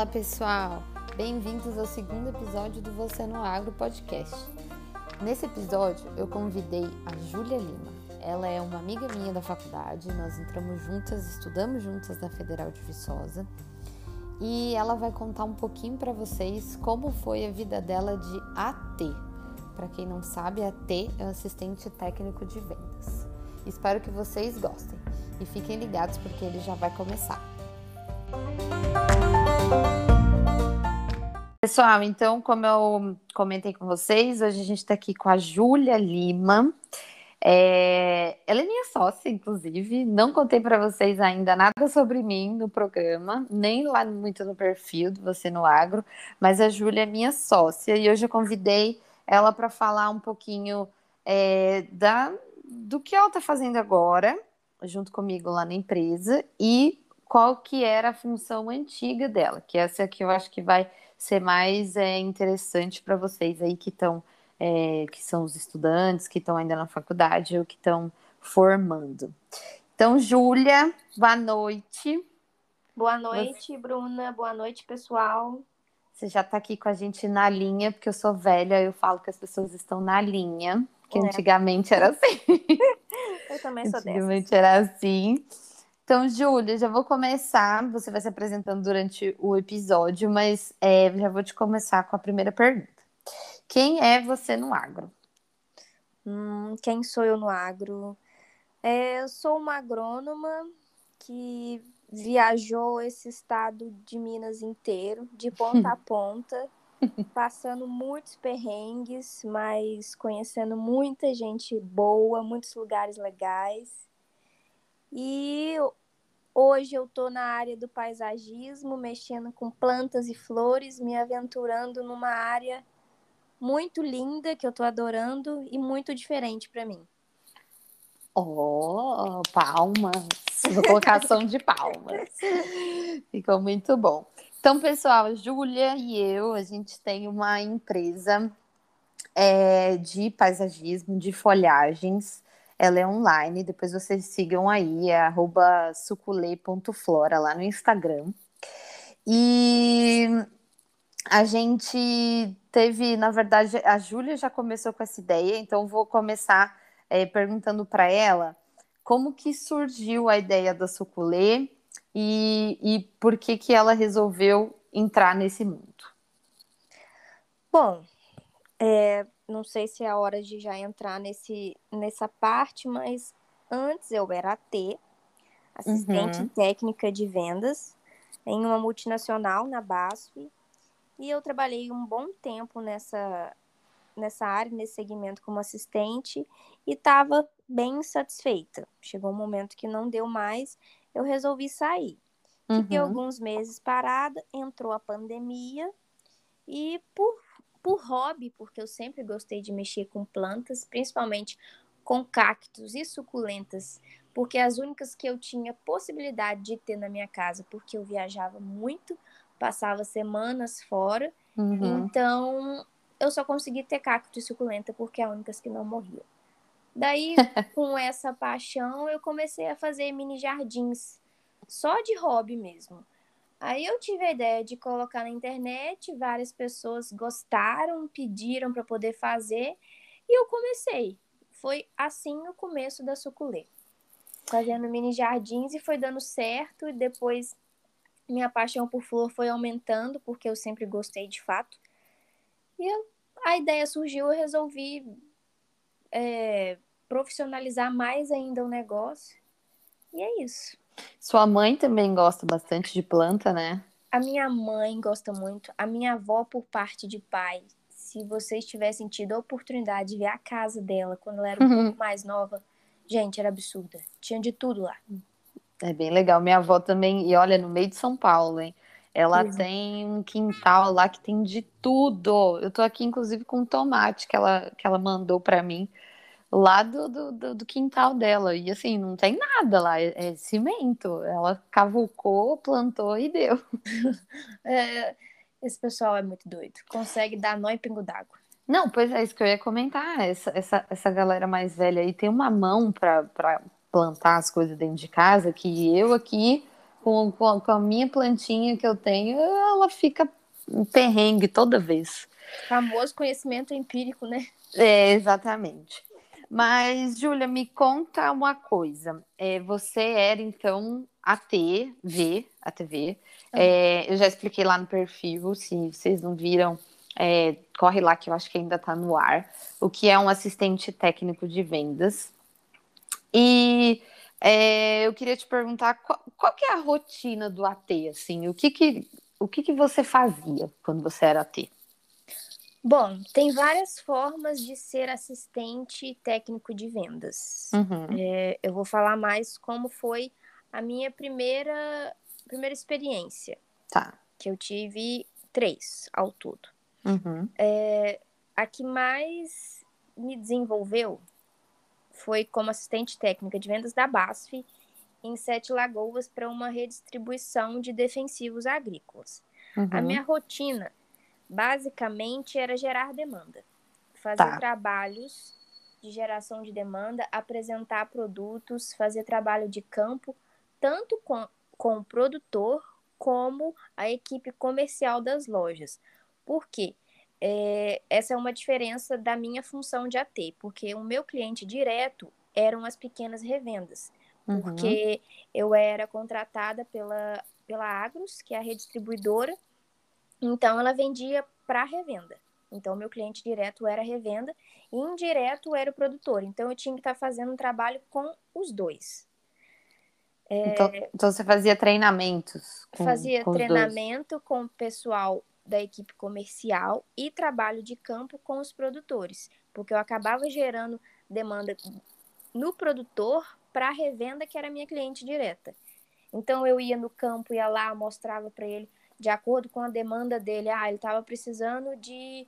Fala pessoal, bem-vindos ao segundo episódio do Você no Agro podcast. Nesse episódio eu convidei a Júlia Lima. Ela é uma amiga minha da faculdade, nós entramos juntas, estudamos juntas na Federal de Viçosa e ela vai contar um pouquinho para vocês como foi a vida dela de AT. Para quem não sabe, AT é assistente técnico de vendas. Espero que vocês gostem e fiquem ligados porque ele já vai começar. Pessoal, então, como eu comentei com vocês, hoje a gente está aqui com a Júlia Lima. Ela é minha sócia, inclusive. Não contei para vocês ainda nada sobre mim no programa, nem lá muito no perfil do Você no Agro, mas a Júlia é minha sócia e hoje eu convidei ela para falar um pouquinho do que ela está fazendo agora, junto comigo lá na empresa, e qual que era a função antiga dela, que essa aqui eu acho que vai ser mais interessante para vocês aí que estão, que são os estudantes, que estão ainda na faculdade ou que estão formando. Então, Júlia, boa noite. Boa noite, Bruna. Boa noite, pessoal. Você já está aqui com a gente na linha, porque eu sou velha, eu falo que as pessoas estão na linha, que antigamente era assim. Eu também sou Antigamente dessas. era assim. Então, Júlia, já vou começar. Você vai se apresentando durante o episódio, mas já vou te começar com a primeira pergunta. Quem é você no agro? Quem sou eu no agro? Eu sou uma agrônoma que viajou esse estado de Minas inteiro, de ponta a ponta, passando muitos perrengues, mas conhecendo muita gente boa, muitos lugares legais. E hoje eu estou na área do paisagismo, mexendo com plantas e flores, me aventurando numa área muito linda, que eu estou adorando e muito diferente para mim. Oh, palmas! Vou colocar som de palmas. Ficou muito bom. Então, pessoal, a Júlia e eu, a gente tem uma empresa de paisagismo, de folhagens. Ela é online, depois vocês sigam aí, é @suculê.flora lá no Instagram. E a gente teve, na verdade, a Júlia já começou com essa ideia, então vou começar perguntando para ela como que surgiu a ideia da Suculê e por que que ela resolveu entrar nesse mundo. Bom, não sei se é a hora de já entrar nessa parte, mas antes eu era AT, assistente técnica de vendas, em uma multinacional na BASF, e eu trabalhei um bom tempo nessa área, nesse segmento como assistente, e estava bem insatisfeita. Chegou um momento que não deu mais, eu resolvi sair. Fiquei alguns meses parada, entrou a pandemia, e por hobby, porque eu sempre gostei de mexer com plantas, principalmente com cactos e suculentas, porque as únicas que eu tinha possibilidade de ter na minha casa, porque eu viajava muito, passava semanas fora, então eu só consegui ter cacto e suculenta porque é as únicas que não morriam. Daí, com essa paixão, eu comecei a fazer mini jardins, só de hobby mesmo. Aí eu tive a ideia de colocar na internet, várias pessoas gostaram, pediram para poder fazer, e eu comecei. Foi assim o começo da Suculê, fazendo mini jardins e foi dando certo, e depois minha paixão por flor foi aumentando, porque eu sempre gostei de fato. E a ideia surgiu, eu resolvi profissionalizar mais ainda o negócio, e é isso. Sua mãe também gosta bastante de planta, né? A minha mãe gosta muito, a minha avó por parte de pai. Se vocês tivessem tido a oportunidade de ver a casa dela quando ela era um pouco mais nova, gente, era absurda. Tinha de tudo lá. É bem legal. Minha avó também, e olha, no meio de São Paulo, hein? Ela tem um quintal lá que tem de tudo. Eu tô aqui, inclusive, com um tomate que ela mandou para mim lá do quintal dela. E assim, não tem nada lá, é cimento. Ela cavucou, plantou e deu. Esse pessoal é muito doido. Consegue dar nó em pingo d'água. Não, pois é isso que eu ia comentar. Essa galera mais velha aí tem uma mão para plantar as coisas dentro de casa que eu aqui com a minha plantinha que eu tenho, ela fica um perrengue toda vez. Famoso conhecimento empírico, né? É, exatamente. Mas, Júlia, me conta uma coisa. Você era, então, ATV. Eu já expliquei lá no perfil, se vocês não viram, corre lá que eu acho que ainda está no ar. O que é um assistente técnico de vendas. E eu queria te perguntar qual que é a rotina do AT, assim? O que você fazia quando você era AT? Bom, tem várias formas de ser assistente técnico de vendas. Uhum. Eu vou falar mais como foi a minha primeira experiência. Tá. Que eu tive 3 ao todo. Uhum. A que mais me desenvolveu foi como assistente técnica de vendas da BASF em Sete Lagoas para uma redistribuição de defensivos agrícolas. A minha rotina basicamente era gerar demanda, fazer trabalhos de geração de demanda, apresentar produtos, fazer trabalho de campo, tanto com o produtor como a equipe comercial das lojas. Por quê? Essa é uma diferença da minha função de AT, porque o meu cliente direto eram as pequenas revendas, porque eu era contratada pela Agros, que é a redistribuidora, então ela vendia para revenda. Então, meu cliente direto era a revenda e indireto era o produtor. Então, eu tinha que estar fazendo um trabalho com os dois. Então você fazia treinamentos Fazia com os dois? treinamento com o pessoal da equipe comercial e trabalho de campo com os produtores, porque eu acabava gerando demanda no produtor para a revenda, que era minha cliente direta. Então, eu ia no campo, ia lá, mostrava para ele, de acordo com a demanda dele. Ele estava precisando de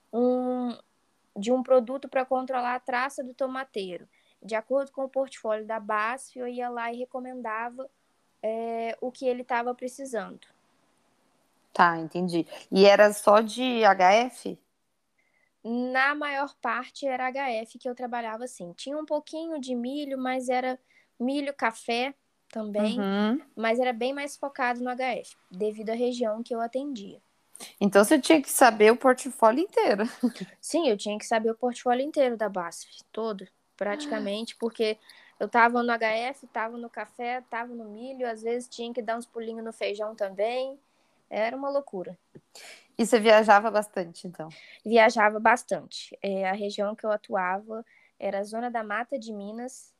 um produto para controlar a traça do tomateiro. De acordo com o portfólio da BASF, eu ia lá e recomendava o que ele estava precisando. Tá, entendi. E era só de HF? Na maior parte era HF que eu trabalhava assim. Tinha um pouquinho de milho, mas era milho, café também, mas era bem mais focado no HF, devido à região que eu atendia. Então você tinha que saber o portfólio inteiro. Sim, eu tinha que saber o portfólio inteiro da BASF, todo, praticamente, porque eu estava no HF, estava no café, estava no milho, às vezes tinha que dar uns pulinhos no feijão também. Era uma loucura. E você viajava bastante, então? Viajava bastante. A região que eu atuava era a Zona da Mata de Minas,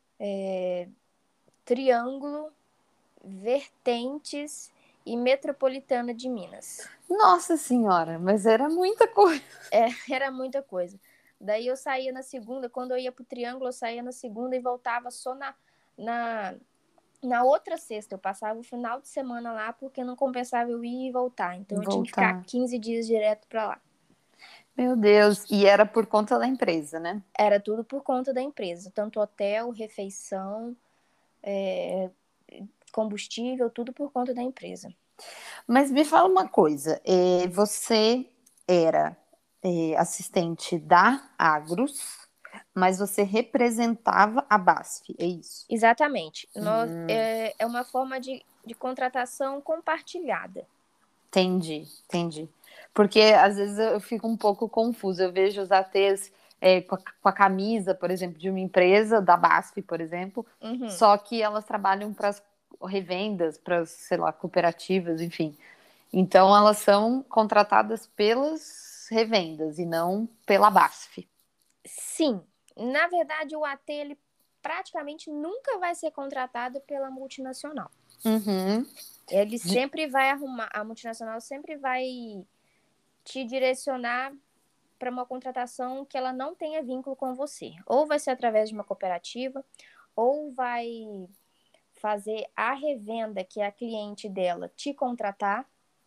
Triângulo, Vertentes e Metropolitana de Minas. Nossa Senhora, mas era muita coisa. Era muita coisa. Daí eu saía na segunda, quando eu ia pro Triângulo, eu saía na segunda e voltava só na outra sexta. Eu passava o final de semana lá, porque não compensava eu ir e voltar. Então eu tinha que ficar 15 dias direto para lá. Meu Deus, e era por conta da empresa, né? Era tudo por conta da empresa, tanto hotel, refeição, combustível, tudo por conta da empresa. Mas me fala uma coisa, você era assistente da Agros, mas você representava a BASF, é isso? Exatamente. É uma forma de contratação compartilhada. Entendi. Porque às vezes eu fico um pouco confusa. Eu vejo os ATs com a camisa, por exemplo, de uma empresa, da BASF, por exemplo, só que elas trabalham para as revendas, para as, sei lá, cooperativas, enfim. Então elas são contratadas pelas revendas e não pela BASF. Sim. Na verdade, o AT ele praticamente nunca vai ser contratado pela multinacional. Ele sempre vai arrumar, a multinacional sempre vai te direcionar para uma contratação que ela não tenha vínculo com você. Ou vai ser através de uma cooperativa, ou vai fazer a revenda, que é a cliente dela, te contratar.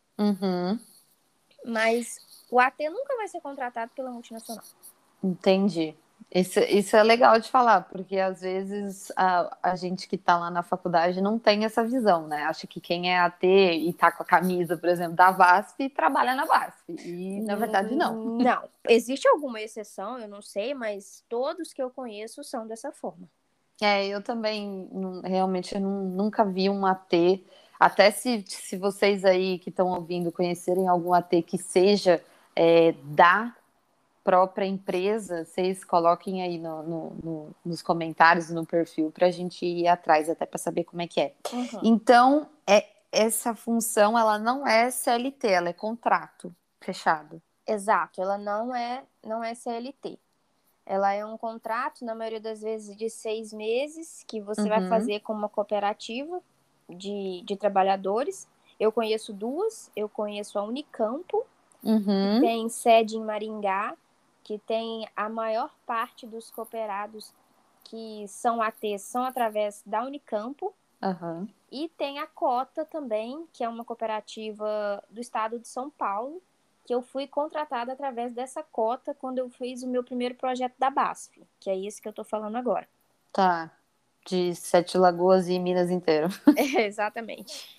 Mas o AT nunca vai ser contratado pela multinacional. Entendi. Isso é legal de falar, porque às vezes a gente que está lá na faculdade não tem essa visão, né? Acha que quem é AT e tá com a camisa, por exemplo, da VASP, trabalha na VASP. E na verdade não. Não. Existe alguma exceção, eu não sei, mas todos que eu conheço são dessa forma. Eu também realmente eu nunca vi um AT. Até se vocês aí que estão ouvindo conhecerem algum AT que seja da própria empresa, vocês coloquem aí nos comentários, no perfil, para a gente ir atrás, até para saber como é que é. Uhum. Então, essa função, ela não é CLT, ela é contrato fechado. Exato, ela não é CLT. Ela é um contrato, na maioria das vezes, de 6 meses, que você vai Uhum, fazer com uma cooperativa de trabalhadores. Eu conheço duas, eu conheço a Unicampo, que uhum, tem sede em Maringá, que tem a maior parte dos cooperados que são ATs, são através da Unicampo, uhum. e tem a Cota também, que é uma cooperativa do estado de São Paulo, que eu fui contratada através dessa cota quando eu fiz o meu primeiro projeto da BASF, que é esse que eu tô falando agora. Tá. De Sete Lagoas e Minas inteiro. Exatamente.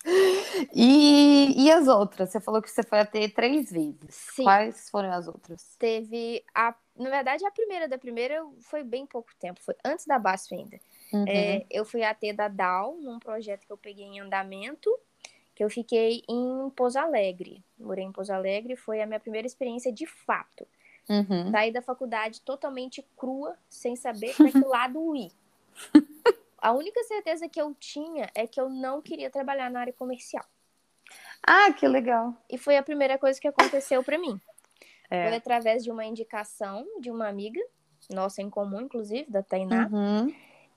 E as outras? Você falou que você foi até 3 vezes. Sim, Quais foram as outras? teve na verdade, a primeira da primeira foi bem pouco tempo, foi antes da BASF ainda. Uhum, Eu fui AT da Dow, num projeto que eu peguei em andamento, que eu fiquei em Pouso Alegre. Morei em Pouso Alegre, foi a minha primeira experiência de fato. uhum. Saí da faculdade totalmente crua, sem saber para que lado ir. A única certeza que eu tinha é que eu não queria trabalhar na área comercial. Ah, que legal. E foi a primeira coisa que aconteceu para mim. Foi É. através de uma indicação de uma amiga, nossa em comum, inclusive, da Tainá. Uhum.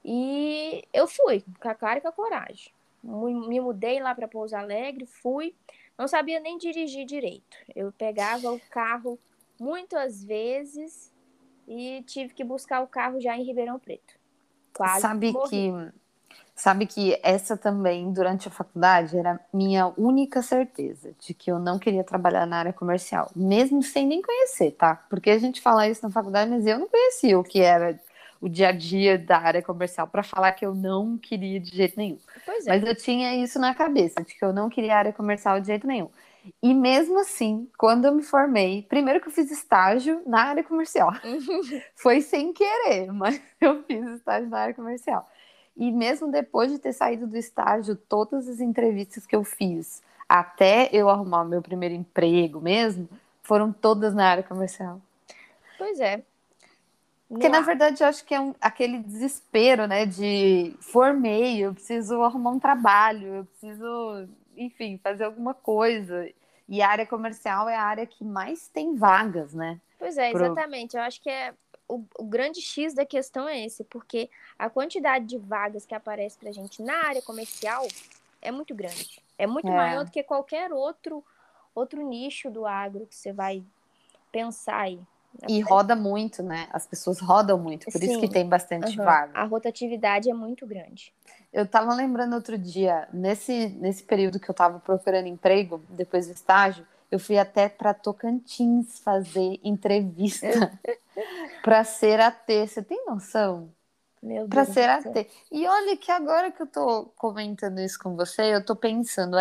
E eu fui, com a cara e com a coragem. Me mudei lá para Pouso Alegre, fui. Não sabia nem dirigir direito. Eu pegava o carro muitas vezes e tive que buscar o carro já em Ribeirão Preto. Quase Sabe morri. que, sabe que essa também, durante a faculdade, era minha única certeza de que eu não queria trabalhar na área comercial, mesmo sem nem conhecer, tá? Porque a gente fala isso na faculdade, mas eu não conhecia o que era o dia a dia da área comercial para falar que eu não queria de jeito nenhum. Pois é. Mas eu tinha isso na cabeça, de que eu não queria área comercial de jeito nenhum. E mesmo assim, quando eu me formei, primeiro que eu fiz estágio na área comercial. Foi sem querer, mas eu fiz estágio na área comercial. E mesmo depois de ter saído do estágio, todas as entrevistas que eu fiz, até eu arrumar o meu primeiro emprego mesmo, foram todas na área comercial. Pois é. Porque, na No, verdade, eu acho que é aquele desespero, né? De formei, eu preciso arrumar um trabalho, eu preciso, enfim, fazer alguma coisa. E a área comercial é a área que mais tem vagas, né? Pois é, Pro... exatamente. Eu acho que o grande X da questão é esse, porque a quantidade de vagas que aparece pra gente na área comercial é muito grande. É muito maior É. do que qualquer outro nicho do agro que você vai pensar aí. E roda muito, né? As pessoas rodam muito, por isso que Sim, tem bastante uhum. vaga. A rotatividade é muito grande. Eu tava lembrando outro dia, nesse período que eu tava procurando emprego, depois do estágio, eu fui até para Tocantins fazer entrevista para ser AT. Você tem noção? Meu Para Deus do ser céu. AT. E olha que agora que eu tô comentando isso com você, eu tô pensando,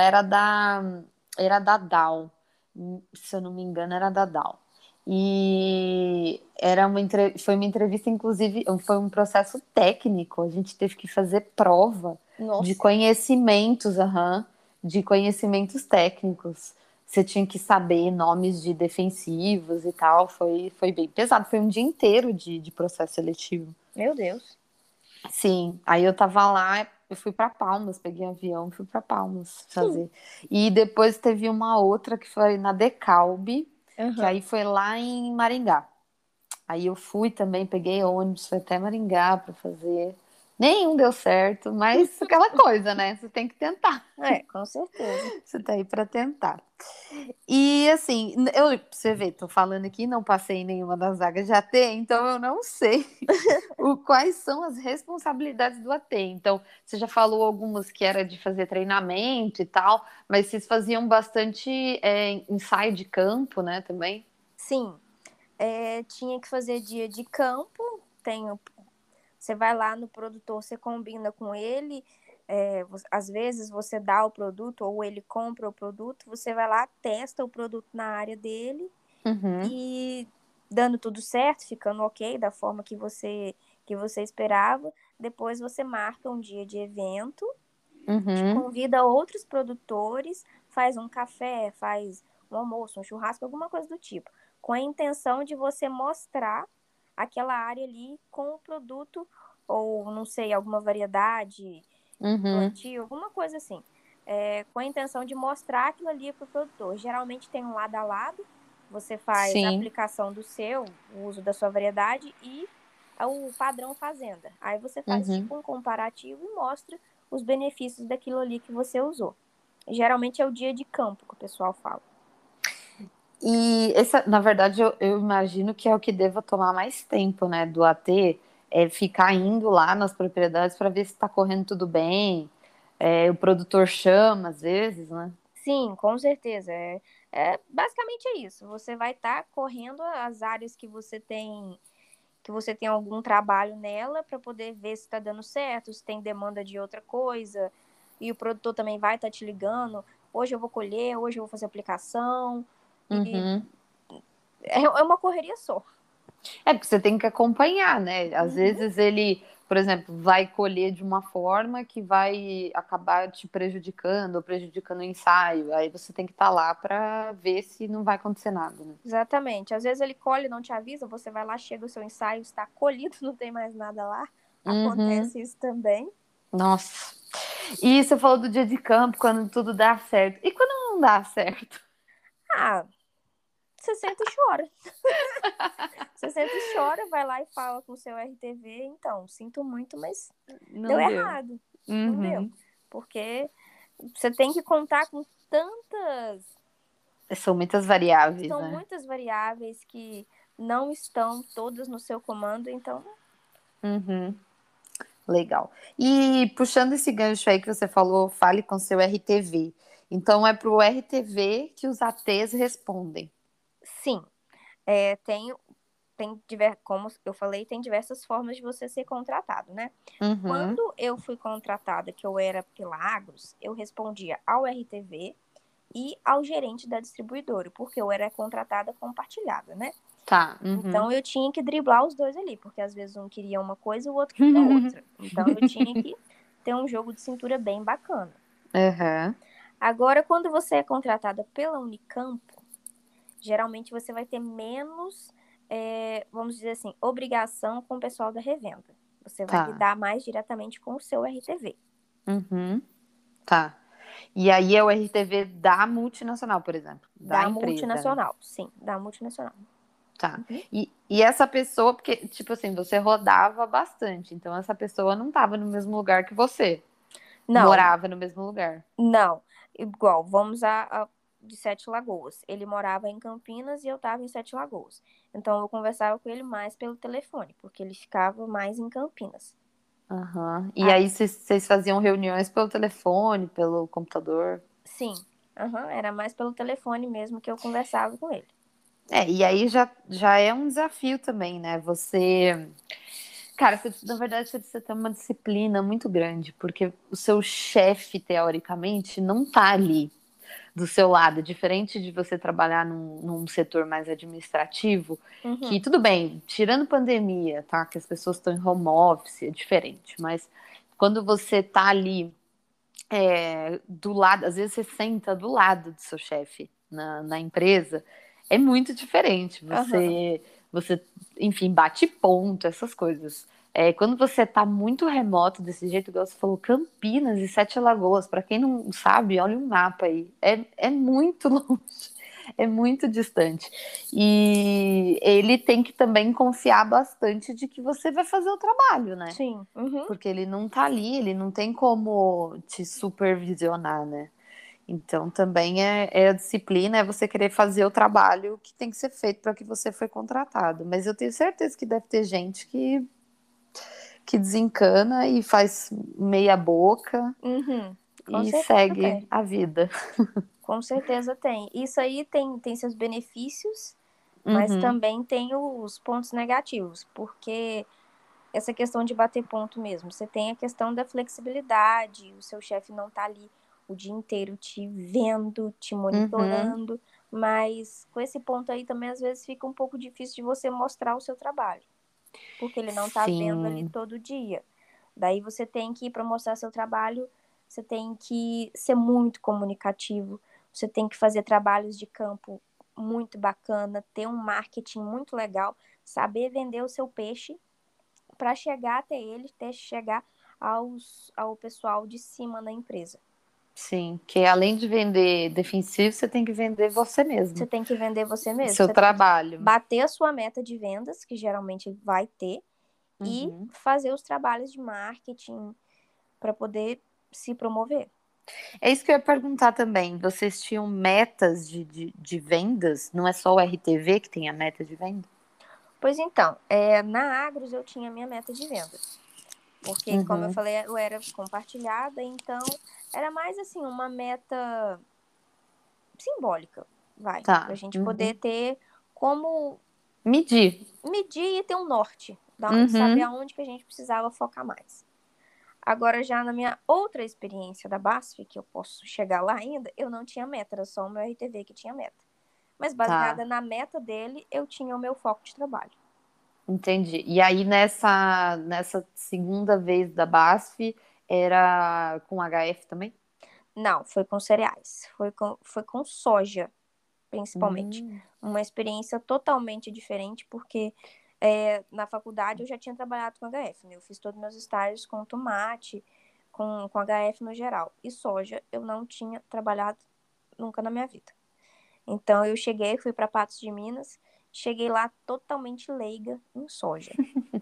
era da Dow. Se eu não me engano, era da Dow. E foi uma entrevista, inclusive, foi um processo técnico. A gente teve que fazer prova de Nossa. conhecimentos, de conhecimentos técnicos. Você tinha que saber nomes de defensivos e tal. Foi bem pesado. Foi um dia inteiro de processo seletivo. Meu Deus. Sim, aí eu tava lá, eu fui pra Palmas, peguei um avião, fui pra Palmas fazer. E depois teve uma outra que foi na Decalbe, que Uhum. aí foi lá em Maringá. Aí eu fui também, peguei ônibus, fui até Maringá pra fazer. Nenhum deu certo, mas aquela coisa, né? Você tem que tentar. É, com certeza. Você tá aí pra tentar. E assim, eu, pra você ver, tô falando aqui, não passei em nenhuma das vagas de AT, então eu não sei quais são as responsabilidades do AT. Então, você já falou algumas que era de fazer treinamento e tal, mas vocês faziam bastante ensaio de campo, né, também? Sim, tinha que fazer dia de campo. Você vai lá no produtor, você combina com ele. Às vezes você dá o produto ou ele compra o produto. Você vai lá, testa o produto na área dele Uhum. e dando tudo certo, ficando ok da forma que você esperava. depois você marca um dia de evento, Uhum. convida outros produtores, faz um café, faz um almoço, um churrasco, alguma coisa do tipo, com a intenção de você mostrar aquela área ali com o produto, ou não sei, alguma variedade de Uhum. plantio, alguma coisa assim. Com a intenção de mostrar aquilo ali para o produtor. Geralmente tem um lado a lado, você faz a Sim. aplicação do seu, o uso da sua variedade e o padrão fazenda. Aí você faz Uhum. tipo um comparativo e mostra os benefícios daquilo ali que você usou. Geralmente é o dia de campo que o pessoal fala. E essa, na verdade, eu imagino que é o que deva tomar mais tempo, né, do AT, é ficar indo lá nas propriedades para ver se está correndo tudo bem. O produtor chama às vezes, né? Sim, com certeza. Basicamente é isso. Você vai estar correndo as áreas que você tem algum trabalho nela para poder ver se está dando certo, se tem demanda de outra coisa. E o produtor também vai estar te ligando. Hoje eu vou colher, hoje eu vou fazer aplicação. E Uhum. é uma correria só. É porque você tem que acompanhar, né? Às Uhum. vezes ele, por exemplo, vai colher de uma forma que vai acabar te prejudicando ou prejudicando o ensaio. Aí você tem que estar lá para ver se não vai acontecer nada, né? Exatamente. Às vezes ele colhe e não te avisa, você vai lá, chega o seu ensaio, está colhido, não tem mais nada lá. Uhum. Acontece isso também. Nossa. E você falou do dia de campo, quando tudo dá certo. E quando não dá certo? Ah, você senta e chora. Você senta e chora, vai lá e fala com o seu RTV, então, sinto muito, mas deu Não deu. errado. Não deu. Uhum. Porque você tem que contar com tantas. São muitas variáveis, São né? muitas variáveis que não estão todas no seu comando, então. Uhum. Legal. E puxando esse gancho aí que você falou, fale com seu RTV. Então é para o RTV que os ATs respondem. Sim, como eu falei, tem diversas formas de você ser contratado, né? Uhum. Quando eu fui contratada, que eu era pela Agros, eu respondia ao RTV e ao gerente da distribuidora, porque eu era contratada compartilhada, né? Tá. Uhum. Então eu tinha que driblar os dois ali, porque às vezes um queria uma coisa e o outro queria outra. Então eu tinha que ter um jogo de cintura bem bacana. Uhum. Agora, quando você é contratada pela Unicamp, geralmente você vai ter menos, vamos dizer assim, obrigação com o pessoal da revenda. Você vai Tá. lidar mais diretamente com o seu RTV. Uhum. Tá. E aí é o RTV da multinacional, por exemplo, da Da empresa, né? multinacional, sim, da multinacional. Tá. Uhum. E essa pessoa, porque, tipo assim, você rodava bastante, então essa pessoa não estava no mesmo lugar que você, Não, morava no mesmo lugar. não. Igual, vamos de Sete Lagoas. Ele morava em Campinas e eu estava em Sete Lagoas. Então eu conversava com ele mais pelo telefone, porque ele ficava mais em Campinas. Aham. E Ah, aí vocês faziam reuniões pelo telefone, pelo computador? sim, aham, era mais pelo telefone mesmo que eu conversava com ele. E aí já é um desafio também, né? Você. Cara, na verdade, você precisa ter uma disciplina muito grande, porque o seu chefe, teoricamente, não tá ali do seu lado, diferente de você trabalhar num setor mais administrativo, que Uhum, tudo bem, tirando pandemia, tá? Que as pessoas estão em home office, é diferente, mas quando você tá ali do lado, às vezes você senta do lado do seu chefe na empresa, é muito diferente. aham, Você, enfim, bate ponto, essas coisas. Quando você está muito remoto desse jeito, igual você falou, Campinas e Sete Lagoas, para quem não sabe, olha um mapa aí. É muito longe, é muito distante. E ele tem que também confiar bastante de que você vai fazer o trabalho, né? sim, uhum, Porque ele não tá ali, ele não tem como te supervisionar, né? Então também é a disciplina, é você querer fazer o trabalho que tem que ser feito para que você foi contratado. Mas eu tenho certeza que deve ter gente que desencana e faz meia boca uhum, com e certeza segue tem. a vida. Com certeza tem. Isso aí tem seus benefícios, mas Uhum, também tem os pontos negativos, porque essa questão de bater ponto mesmo, você tem a questão da flexibilidade, o seu chefe não tá ali o dia inteiro te vendo, te uhum, monitorando, mas com esse ponto aí também às vezes fica um pouco difícil de você mostrar o seu trabalho, porque ele não tá vendo ali sim, todo dia. Daí você tem que, para mostrar seu trabalho, você tem que ser muito comunicativo, você tem que fazer trabalhos de campo muito bacana, ter um marketing muito legal, saber vender o seu peixe para chegar até ele, até chegar ao pessoal de cima da empresa. Sim, que além de vender defensivo, você tem que vender você Você mesmo. tem que vender você mesmo. Seu Você tem que trabalho. bater a sua meta de vendas, que geralmente vai ter, e Uhum. fazer os trabalhos de marketing para poder se promover. É isso que eu ia perguntar também. Vocês tinham metas de vendas? Não é só o RTV que tem a meta de venda? Pois então, na Agros eu tinha minha meta de venda. Porque, como eu Uhum. falei, eu era compartilhada, então era mais assim, uma meta simbólica, vai, pra Tá. gente poder Uhum. ter como Medir. medir e ter um norte, e saber Uhum. aonde que a gente precisava focar mais. Agora, já na minha outra experiência da BASF, que eu posso chegar lá ainda, eu não tinha meta, era só o meu RTV que tinha meta. Mas baseada Tá. na meta dele, eu tinha o meu foco de trabalho. Entendi. E aí nessa segunda vez da BASF era com HF também? Não, foi com cereais, foi com soja, principalmente. Hum. Uma experiência totalmente diferente, porque na faculdade eu já tinha trabalhado com HF, né? Eu fiz todos os meus estágios com tomate, com HF no geral. E soja eu não tinha trabalhado nunca na minha vida. Então eu cheguei, fui para Patos de Minas, cheguei lá totalmente leiga em soja.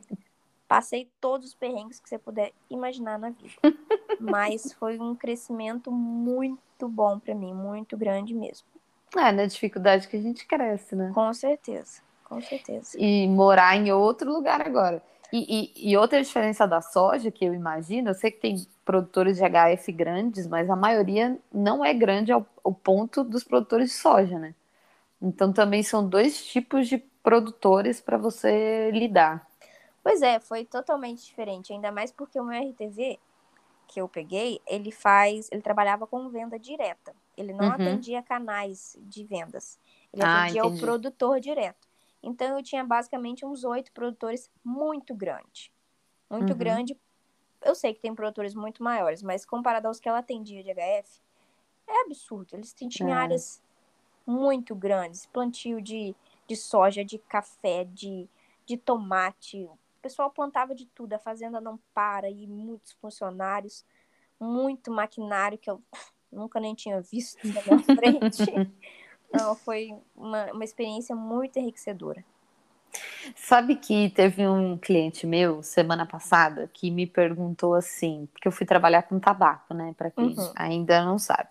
Passei todos os perrengues que você puder imaginar na vida. Mas foi um crescimento muito bom para mim, muito grande mesmo. É, na dificuldade que a gente cresce, né? Com certeza, com certeza. E morar em outro lugar agora. E outra diferença da soja, que eu imagino, eu sei que tem produtores de HF grandes, mas a maioria não é grande ao ponto dos produtores de soja, né? Então também são dois tipos de produtores para você lidar. Pois é, foi totalmente diferente, ainda mais porque o meu RTV que eu peguei, ele trabalhava com venda direta. Ele não Uhum. atendia canais de vendas. Ele Ah, atendia o entendi. produtor direto. Então eu tinha basicamente uns 8 produtores muito grande. Muito Uhum. grande. Eu sei que tem produtores muito maiores, mas comparado aos que ela atendia de HF, é absurdo. Eles tinham É. áreas muito grandes, plantio de soja, de café, de tomate. O pessoal plantava de tudo, a fazenda não para, e muitos funcionários, muito maquinário que eu nunca nem tinha visto na minha frente. Não, foi uma experiência muito enriquecedora. Sabe que teve um cliente meu semana passada que me perguntou assim, porque eu fui trabalhar com tabaco, né? Para quem Uhum. ainda não sabe.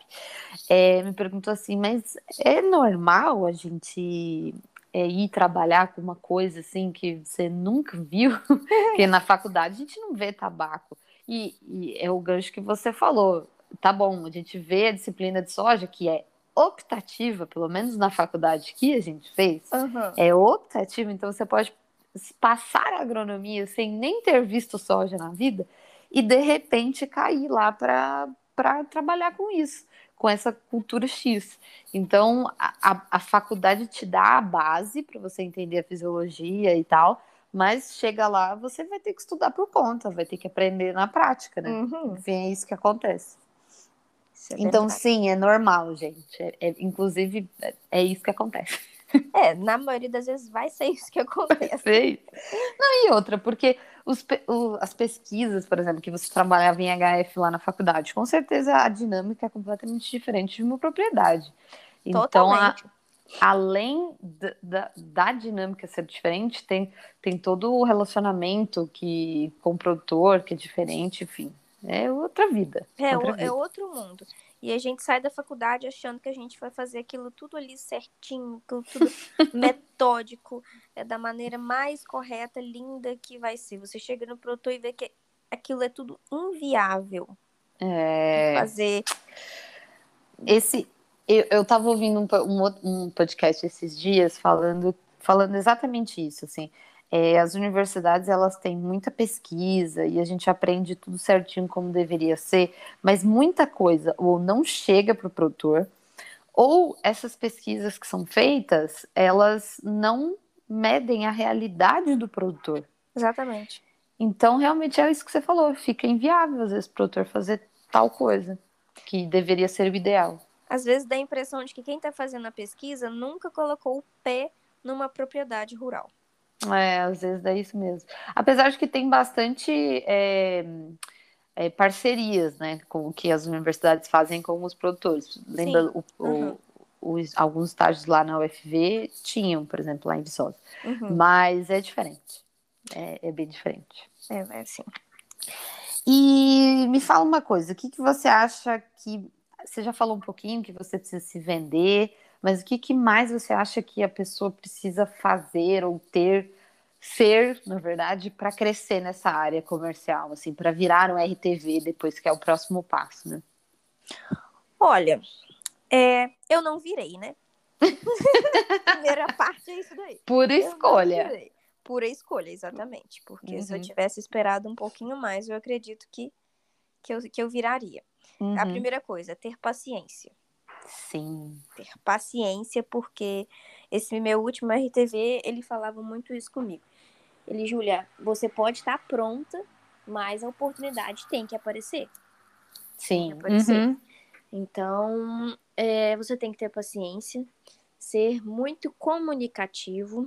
Me perguntou assim, mas é normal a gente ir trabalhar com uma coisa assim que você nunca viu? Porque na faculdade a gente não vê tabaco. E é o gancho que você falou. Tá bom, a gente vê a disciplina de soja, que é optativa, pelo menos na faculdade que a gente fez, Uhum. é optativa, então você pode passar a agronomia sem nem ter visto soja na vida e de repente cair lá para trabalhar com isso, com essa cultura X. Então a faculdade te dá a base para você entender a fisiologia e tal, mas chega lá, você vai ter que estudar por conta, vai ter que aprender na prática, né? Uhum. Enfim, é isso que acontece. Isso é Então, verdade. sim, é normal, gente. Inclusive, é isso que acontece. Na maioria das vezes vai ser isso que acontece. Sei. Não, e outra, porque as pesquisas, por exemplo, que você trabalhava em HF lá na faculdade, com certeza a dinâmica é completamente diferente de uma propriedade. Então, Totalmente. além da dinâmica ser diferente, tem todo o relacionamento com o produtor, que é diferente, enfim. É outra vida. Outra É vida. outro mundo. E a gente sai da faculdade achando que a gente vai fazer aquilo tudo ali certinho, aquilo tudo metódico, da maneira mais correta, linda que vai ser. Você chega no produtor e vê que aquilo é tudo inviável de É, fazer. esse, eu tava ouvindo um podcast esses dias falando exatamente isso, assim. As universidades, elas têm muita pesquisa e a gente aprende tudo certinho como deveria ser, mas muita coisa ou não chega para o produtor, ou essas pesquisas que são feitas, elas não medem a realidade do produtor. Exatamente. Então, realmente é isso que você falou, fica inviável, às vezes, para o produtor fazer tal coisa, que deveria ser o ideal. Às vezes dá a impressão de que quem está fazendo a pesquisa nunca colocou o pé numa propriedade rural. Às vezes é isso mesmo. Apesar de que tem bastante parcerias, né, com o que as universidades fazem com os produtores. Lembra alguns estágios lá na UFV tinham, por exemplo, lá em Viçosa. Mas é diferente. É bem diferente. É sim. E me fala uma coisa, o que você acha que... Você já falou um pouquinho que você precisa se vender, mas o que mais você acha que a pessoa precisa fazer ou ser, na verdade, para crescer nessa área comercial, assim, para virar um RTV depois, que é o próximo passo, né? Olha, eu não virei, né? Primeira parte é isso daí. Por escolha. Eu não virei. Pura escolha, exatamente. Porque se eu tivesse esperado um pouquinho mais, eu acredito que eu viraria. A primeira coisa, ter paciência. Sim. Ter paciência, porque esse meu último RTV, ele falava muito isso comigo. Ele, Júlia, você pode estar pronta, mas a oportunidade tem que aparecer. Sim. Tem que aparecer. Então, você tem que ter paciência, ser muito comunicativo,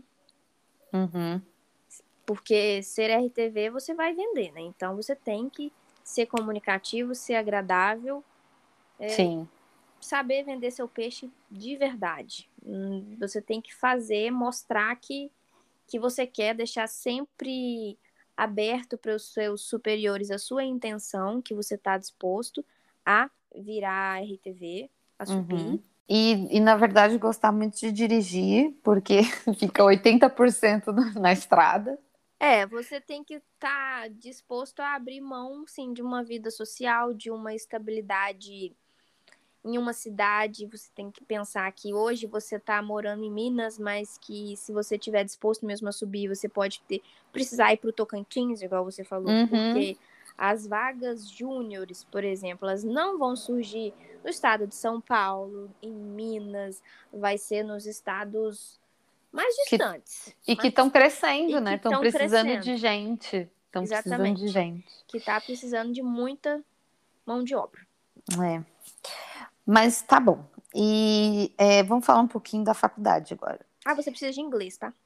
porque ser RTV você vai vender, né? Então, você tem que ser comunicativo, ser agradável, Sim. saber vender seu peixe de verdade. Você tem que mostrar que você quer deixar sempre aberto para os seus superiores a sua intenção, que você está disposto a virar RTV, a subir. E, na verdade, gostar muito de dirigir, porque fica 80% na estrada. Você tem que estar disposto a abrir mão, sim, de uma vida social, de uma estabilidade em uma cidade. Você tem que pensar que hoje você está morando em Minas, mas que se você estiver disposto mesmo a subir, você pode precisar ir para o Tocantins, igual você falou, porque as vagas júniores, por exemplo, elas não vão surgir no estado de São Paulo, em Minas, vai ser nos estados mais distantes. Que estão crescendo, né? Estão precisando crescendo. de gente. Estão precisando de gente. Que está precisando de muita mão de obra. Mas tá bom. E vamos falar um pouquinho da faculdade agora. Você precisa de inglês, tá?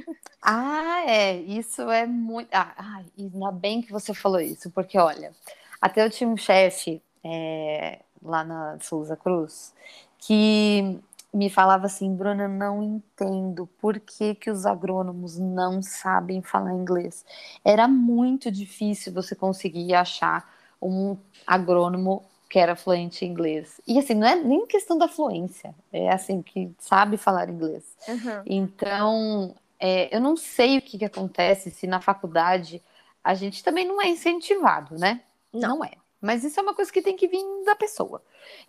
Isso é muito... ainda bem que você falou isso, porque, olha, até eu tinha um chefe lá na Souza Cruz que me falava assim, Bruna, não entendo por que os agrônomos não sabem falar inglês. Era muito difícil você conseguir achar um agrônomo que era fluente em inglês. E assim, não é nem questão da fluência, é assim, que sabe falar inglês. Então, eu não sei o que acontece se na faculdade a gente também não é incentivado, né? Não é. Mas isso é uma coisa que tem que vir da pessoa.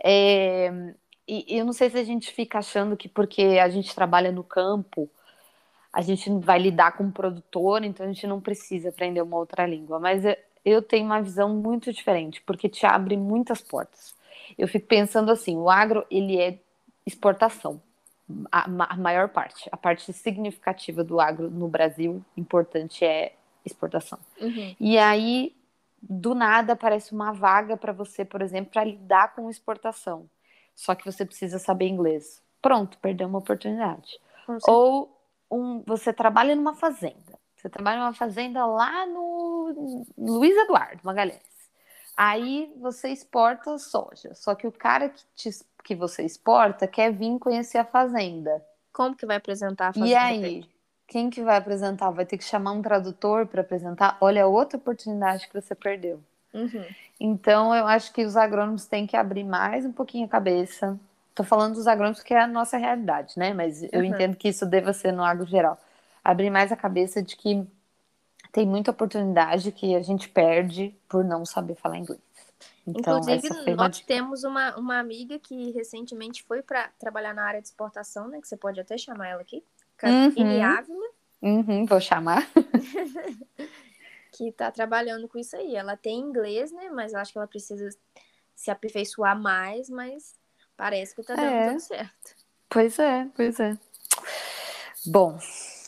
E eu não sei se a gente fica achando que porque a gente trabalha no campo, a gente vai lidar com o produtor, então a gente não precisa aprender uma outra língua. Mas eu tenho uma visão muito diferente, porque te abre muitas portas. Eu fico pensando assim, o agro, ele é exportação. A maior parte, a parte significativa do agro no Brasil, importante, é exportação. E aí, do nada, aparece uma vaga para você, por exemplo, para lidar com exportação. Só que você precisa saber inglês. Pronto, perdeu uma oportunidade. Ou você trabalha numa fazenda. Você trabalha numa fazenda lá no Luiz Eduardo Magalhães. Aí você exporta soja. Só que o cara que você exporta quer vir conhecer a fazenda. Como que vai apresentar a fazenda? E aí? Quem que vai apresentar? Vai ter que chamar um tradutor para apresentar? Olha, outra oportunidade que você perdeu. Então, eu acho que os agrônomos têm que abrir mais um pouquinho a cabeça. Estou falando dos agrônomos porque é a nossa realidade, né? Mas eu entendo que isso deva ser no agro geral. Abrir mais a cabeça de que tem muita oportunidade que a gente perde por não saber falar inglês. Então, inclusive, essa foi nós temos uma amiga que recentemente foi para trabalhar na área de exportação, né? Que você pode até chamar ela aqui. Catine Ávila. Vou chamar. Que está trabalhando com isso aí. Ela tem inglês, né? Mas eu acho que ela precisa se aperfeiçoar mais, mas parece que tá dando tudo certo. Pois é. Bom,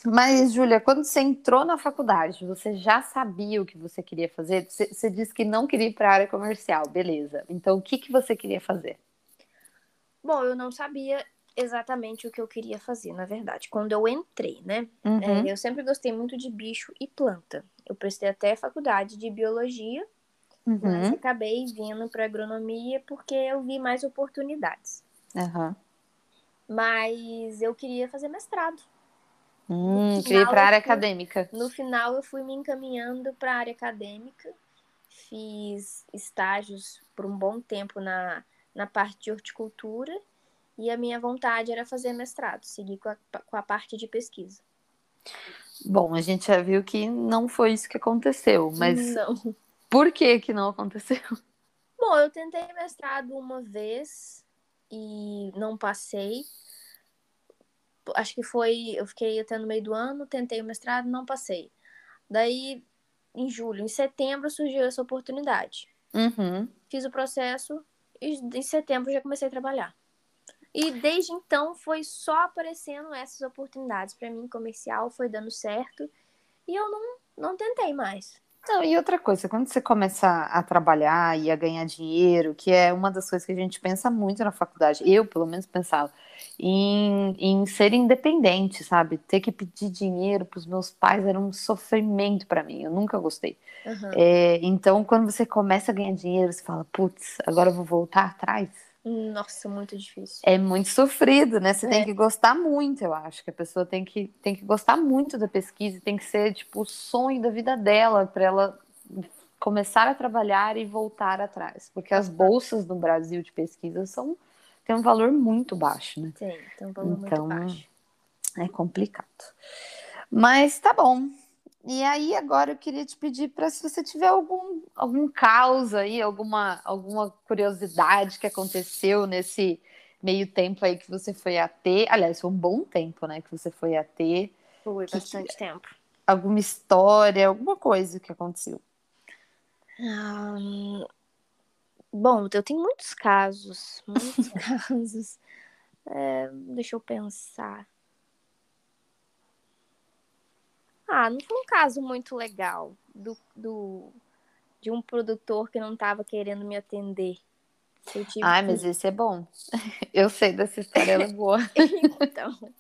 Mas, Júlia, quando você entrou na faculdade, você já sabia o que você queria fazer? Você disse que não queria ir para a área comercial, beleza. Então, o que que você queria fazer? Bom, eu não sabia exatamente o que eu queria fazer, na verdade. Quando eu entrei, né? Uhum, Eu sempre gostei muito de bicho e planta. Eu prestei até faculdade de biologia, mas uhum, acabei vindo para agronomia porque eu vi mais oportunidades. aham. Mas eu queria fazer mestrado. No Queria ir final, para a eu área fui, acadêmica. no final, eu fui me encaminhando para a área acadêmica. Fiz estágios por um bom tempo na parte de horticultura e a minha vontade era fazer mestrado, seguir com a parte de pesquisa. Bom, a gente já viu que não foi isso que aconteceu, mas Não. por que que não aconteceu? Bom, eu tentei mestrado uma vez e não passei. Acho que foi, eu fiquei até no meio do ano, tentei o mestrado, não passei. Daí, em julho, em setembro surgiu essa oportunidade. Uhum. Fiz o processo e em setembro já comecei a trabalhar. E desde então foi só aparecendo essas oportunidades para mim, comercial, foi dando certo e eu não tentei mais. Não, e outra coisa, quando você começa a trabalhar e a ganhar dinheiro, que é uma das coisas que a gente pensa muito na faculdade, eu pelo menos pensava, em ser independente, sabe? Ter que pedir dinheiro para os meus pais era um sofrimento para mim, eu nunca gostei. Uhum. Então, quando você começa a ganhar dinheiro, você fala, putz, agora eu vou voltar atrás. Nossa, muito difícil. É muito sofrido, né? Você tem É, que gostar muito, eu acho, que a pessoa tem que gostar muito da pesquisa, tem que ser, tipo, o sonho da vida dela, para ela começar a trabalhar e voltar atrás. Porque as bolsas no Brasil de pesquisa têm um valor muito baixo, né? tem um valor muito Então, baixo. é complicado. Mas tá bom. E aí, agora eu queria te pedir para se você tiver algum caos aí, alguma curiosidade que aconteceu nesse meio tempo aí que você foi a ter. Aliás, foi um bom tempo, né, que você foi a ter. Foi Que, bastante tempo. alguma história, alguma coisa que aconteceu. Ah, bom, eu tenho muitos casos, muitos casos. Deixa eu pensar. Não foi um caso muito legal de um produtor que não estava querendo me atender. Eu tive Ai, que. mas esse é bom. Eu sei dessa história, ela é boa. Então,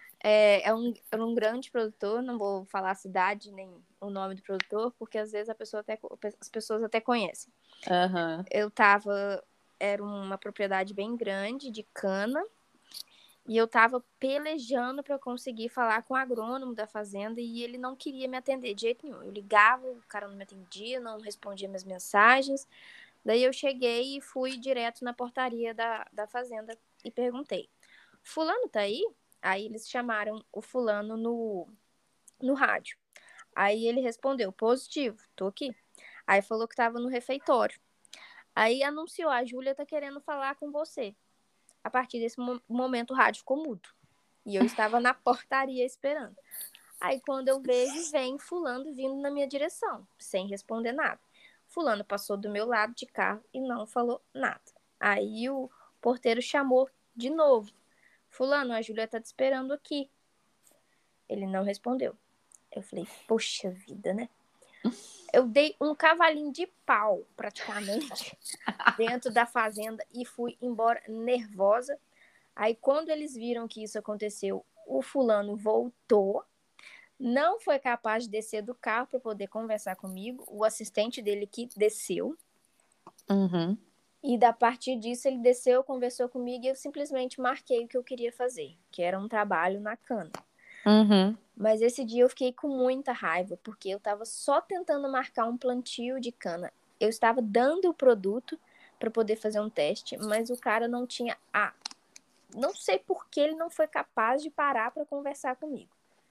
era um grande produtor, não vou falar a cidade nem o nome do produtor, porque às vezes as pessoas até conhecem. Aham. Eu tava. Era uma propriedade bem grande de cana. E eu tava pelejando para conseguir falar com o agrônomo da fazenda e ele não queria me atender de jeito nenhum. Eu ligava, o cara não me atendia, não respondia minhas mensagens. Daí eu cheguei e fui direto na portaria da fazenda e perguntei: Fulano tá aí? Aí eles chamaram o fulano no rádio. Aí ele respondeu: positivo, tô aqui. Aí falou que tava no refeitório. Aí anunciou: a Júlia tá querendo falar com você. A partir desse momento, o rádio ficou mudo. E eu estava na portaria esperando. Aí, quando eu vejo, vem Fulano vindo na minha direção, sem responder nada. Fulano passou do meu lado de carro e não falou nada. Aí o porteiro chamou de novo. Fulano, a Júlia tá te esperando aqui. Ele não respondeu. Eu falei, poxa vida, né? Eu dei um cavalinho de pau, praticamente, dentro da fazenda e fui embora nervosa. Aí, quando eles viram que isso aconteceu, o fulano voltou, não foi capaz de descer do carro para poder conversar comigo, o assistente dele que desceu, Uhum. e da partir disso ele desceu, conversou comigo e eu simplesmente marquei o que eu queria fazer, que era um trabalho na cana. Uhum. Mas esse dia eu fiquei com muita raiva, porque eu estava só tentando marcar um plantio de cana. Eu estava dando o produto para poder fazer um teste, mas o cara não tinha não sei por que ele não foi capaz de parar para conversar comigo.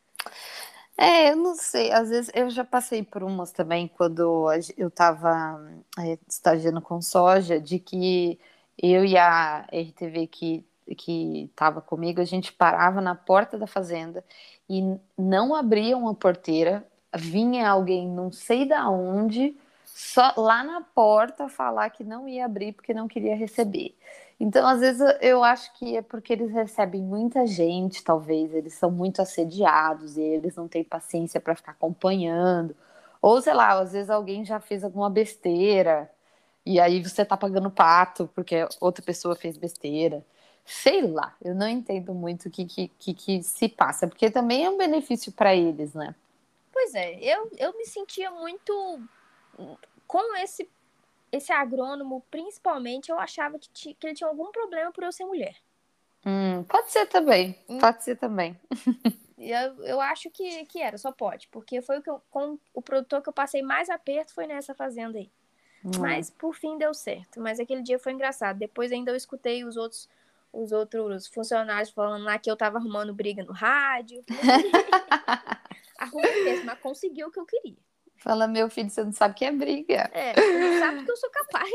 Eu não sei, às vezes eu já passei por umas também quando eu estava estagiando com soja, de que eu e a RTV que estava comigo, a gente parava na porta da fazenda e não abriam a porteira, vinha alguém não sei da onde só lá na porta falar que não ia abrir porque não queria receber. Então, às vezes, eu acho que é porque eles recebem muita gente, talvez, eles são muito assediados e eles não têm paciência para ficar acompanhando. Ou, sei lá, às vezes alguém já fez alguma besteira e aí você tá pagando pato porque outra pessoa fez besteira. Sei lá, eu não entendo muito o que se passa, porque também é um benefício para eles, né? Pois é, eu me sentia muito com esse agrônomo, principalmente, eu achava que ele tinha algum problema por eu ser mulher. Pode ser também, pode ser também. Eu acho que era, só pode, porque foi com o produtor que eu passei mais aperto foi nessa fazenda aí. Mas por fim deu certo. Mas aquele dia foi engraçado. Depois ainda eu escutei os outros funcionários falando lá que eu tava arrumando briga no rádio. Arrumei mesmo, mas consegui o que eu queria. Fala, meu filho, você não sabe o que é briga. Você não sabe que eu sou capaz.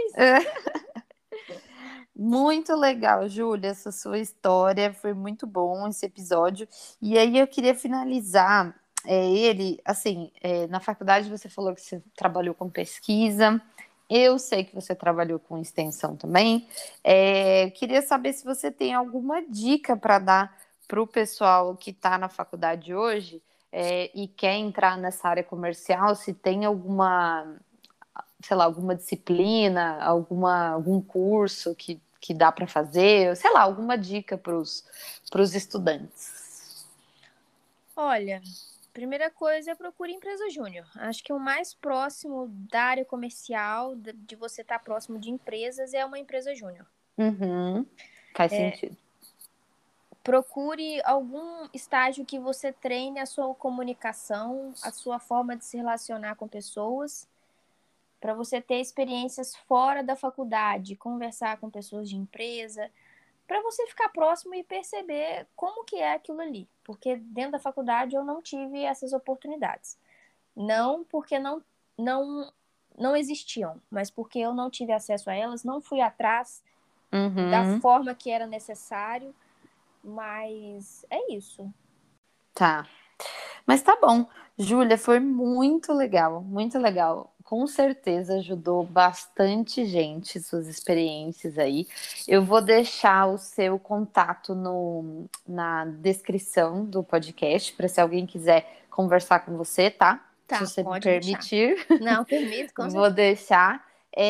Muito legal, Júlia, essa sua história. Foi muito bom esse episódio. E aí eu queria finalizar ele, assim, na faculdade você falou que você trabalhou com pesquisa. Eu sei que você trabalhou com extensão também. Queria saber se você tem alguma dica para dar para o pessoal que está na faculdade hoje e quer entrar nessa área comercial, se tem alguma, sei lá, alguma disciplina, algum curso que dá para fazer, sei lá, alguma dica para os estudantes. Olha, primeira coisa é procure empresa júnior. Acho que o mais próximo da área comercial, de você estar próximo de empresas, é uma empresa júnior. Faz sentido. Procure algum estágio que você treine a sua comunicação, a sua forma de se relacionar com pessoas, para você ter experiências fora da faculdade, conversar com pessoas de empresa, para você ficar próximo e perceber como que é aquilo ali. Porque dentro da faculdade eu não tive essas oportunidades. Não porque não existiam, mas porque eu não tive acesso a elas, não fui atrás da forma que era necessário. Mas é isso. Tá. Mas tá bom. Júlia, foi muito legal, muito legal. Com certeza ajudou bastante gente, suas experiências aí. Eu vou deixar o seu contato na descrição do podcast, para se alguém quiser conversar com você, tá? Tá, Se você me pode deixar. permitir. Não, permito, com certeza. Vou deixar.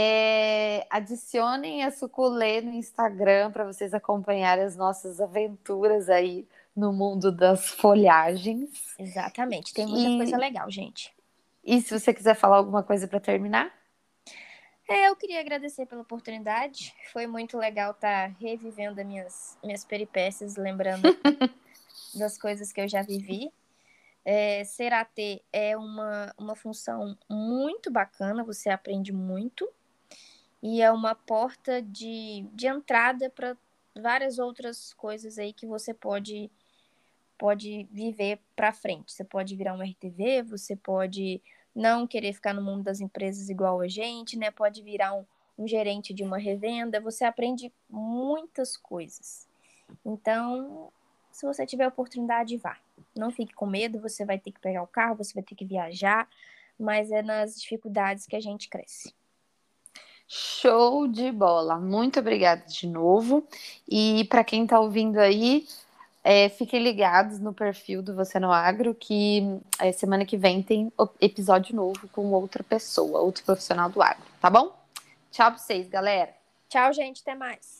Adicionem a Suculê no Instagram para vocês acompanharem as nossas aventuras aí no mundo das folhagens. Exatamente, tem muita coisa legal, gente. E se você quiser falar alguma coisa para terminar? Eu queria agradecer pela oportunidade. Foi muito legal estar revivendo as minhas peripécias, lembrando das coisas que eu já vivi. Ser AT é uma função muito bacana, você aprende muito. E é uma porta de entrada para várias outras coisas aí que você pode viver para frente. Você pode virar um RTV, você pode não querer ficar no mundo das empresas igual a gente, né? Pode virar um gerente de uma revenda. Você aprende muitas coisas. Então, se você tiver oportunidade, vá. Não fique com medo, você vai ter que pegar o carro, você vai ter que viajar, mas é nas dificuldades que a gente cresce. Show de bola! Muito obrigada de novo. E para quem está ouvindo aí, fiquem ligados no perfil do Você no Agro, que semana que vem tem episódio novo com outra pessoa, outro profissional do agro, tá bom? Tchau pra vocês, galera! Tchau, gente. Até mais.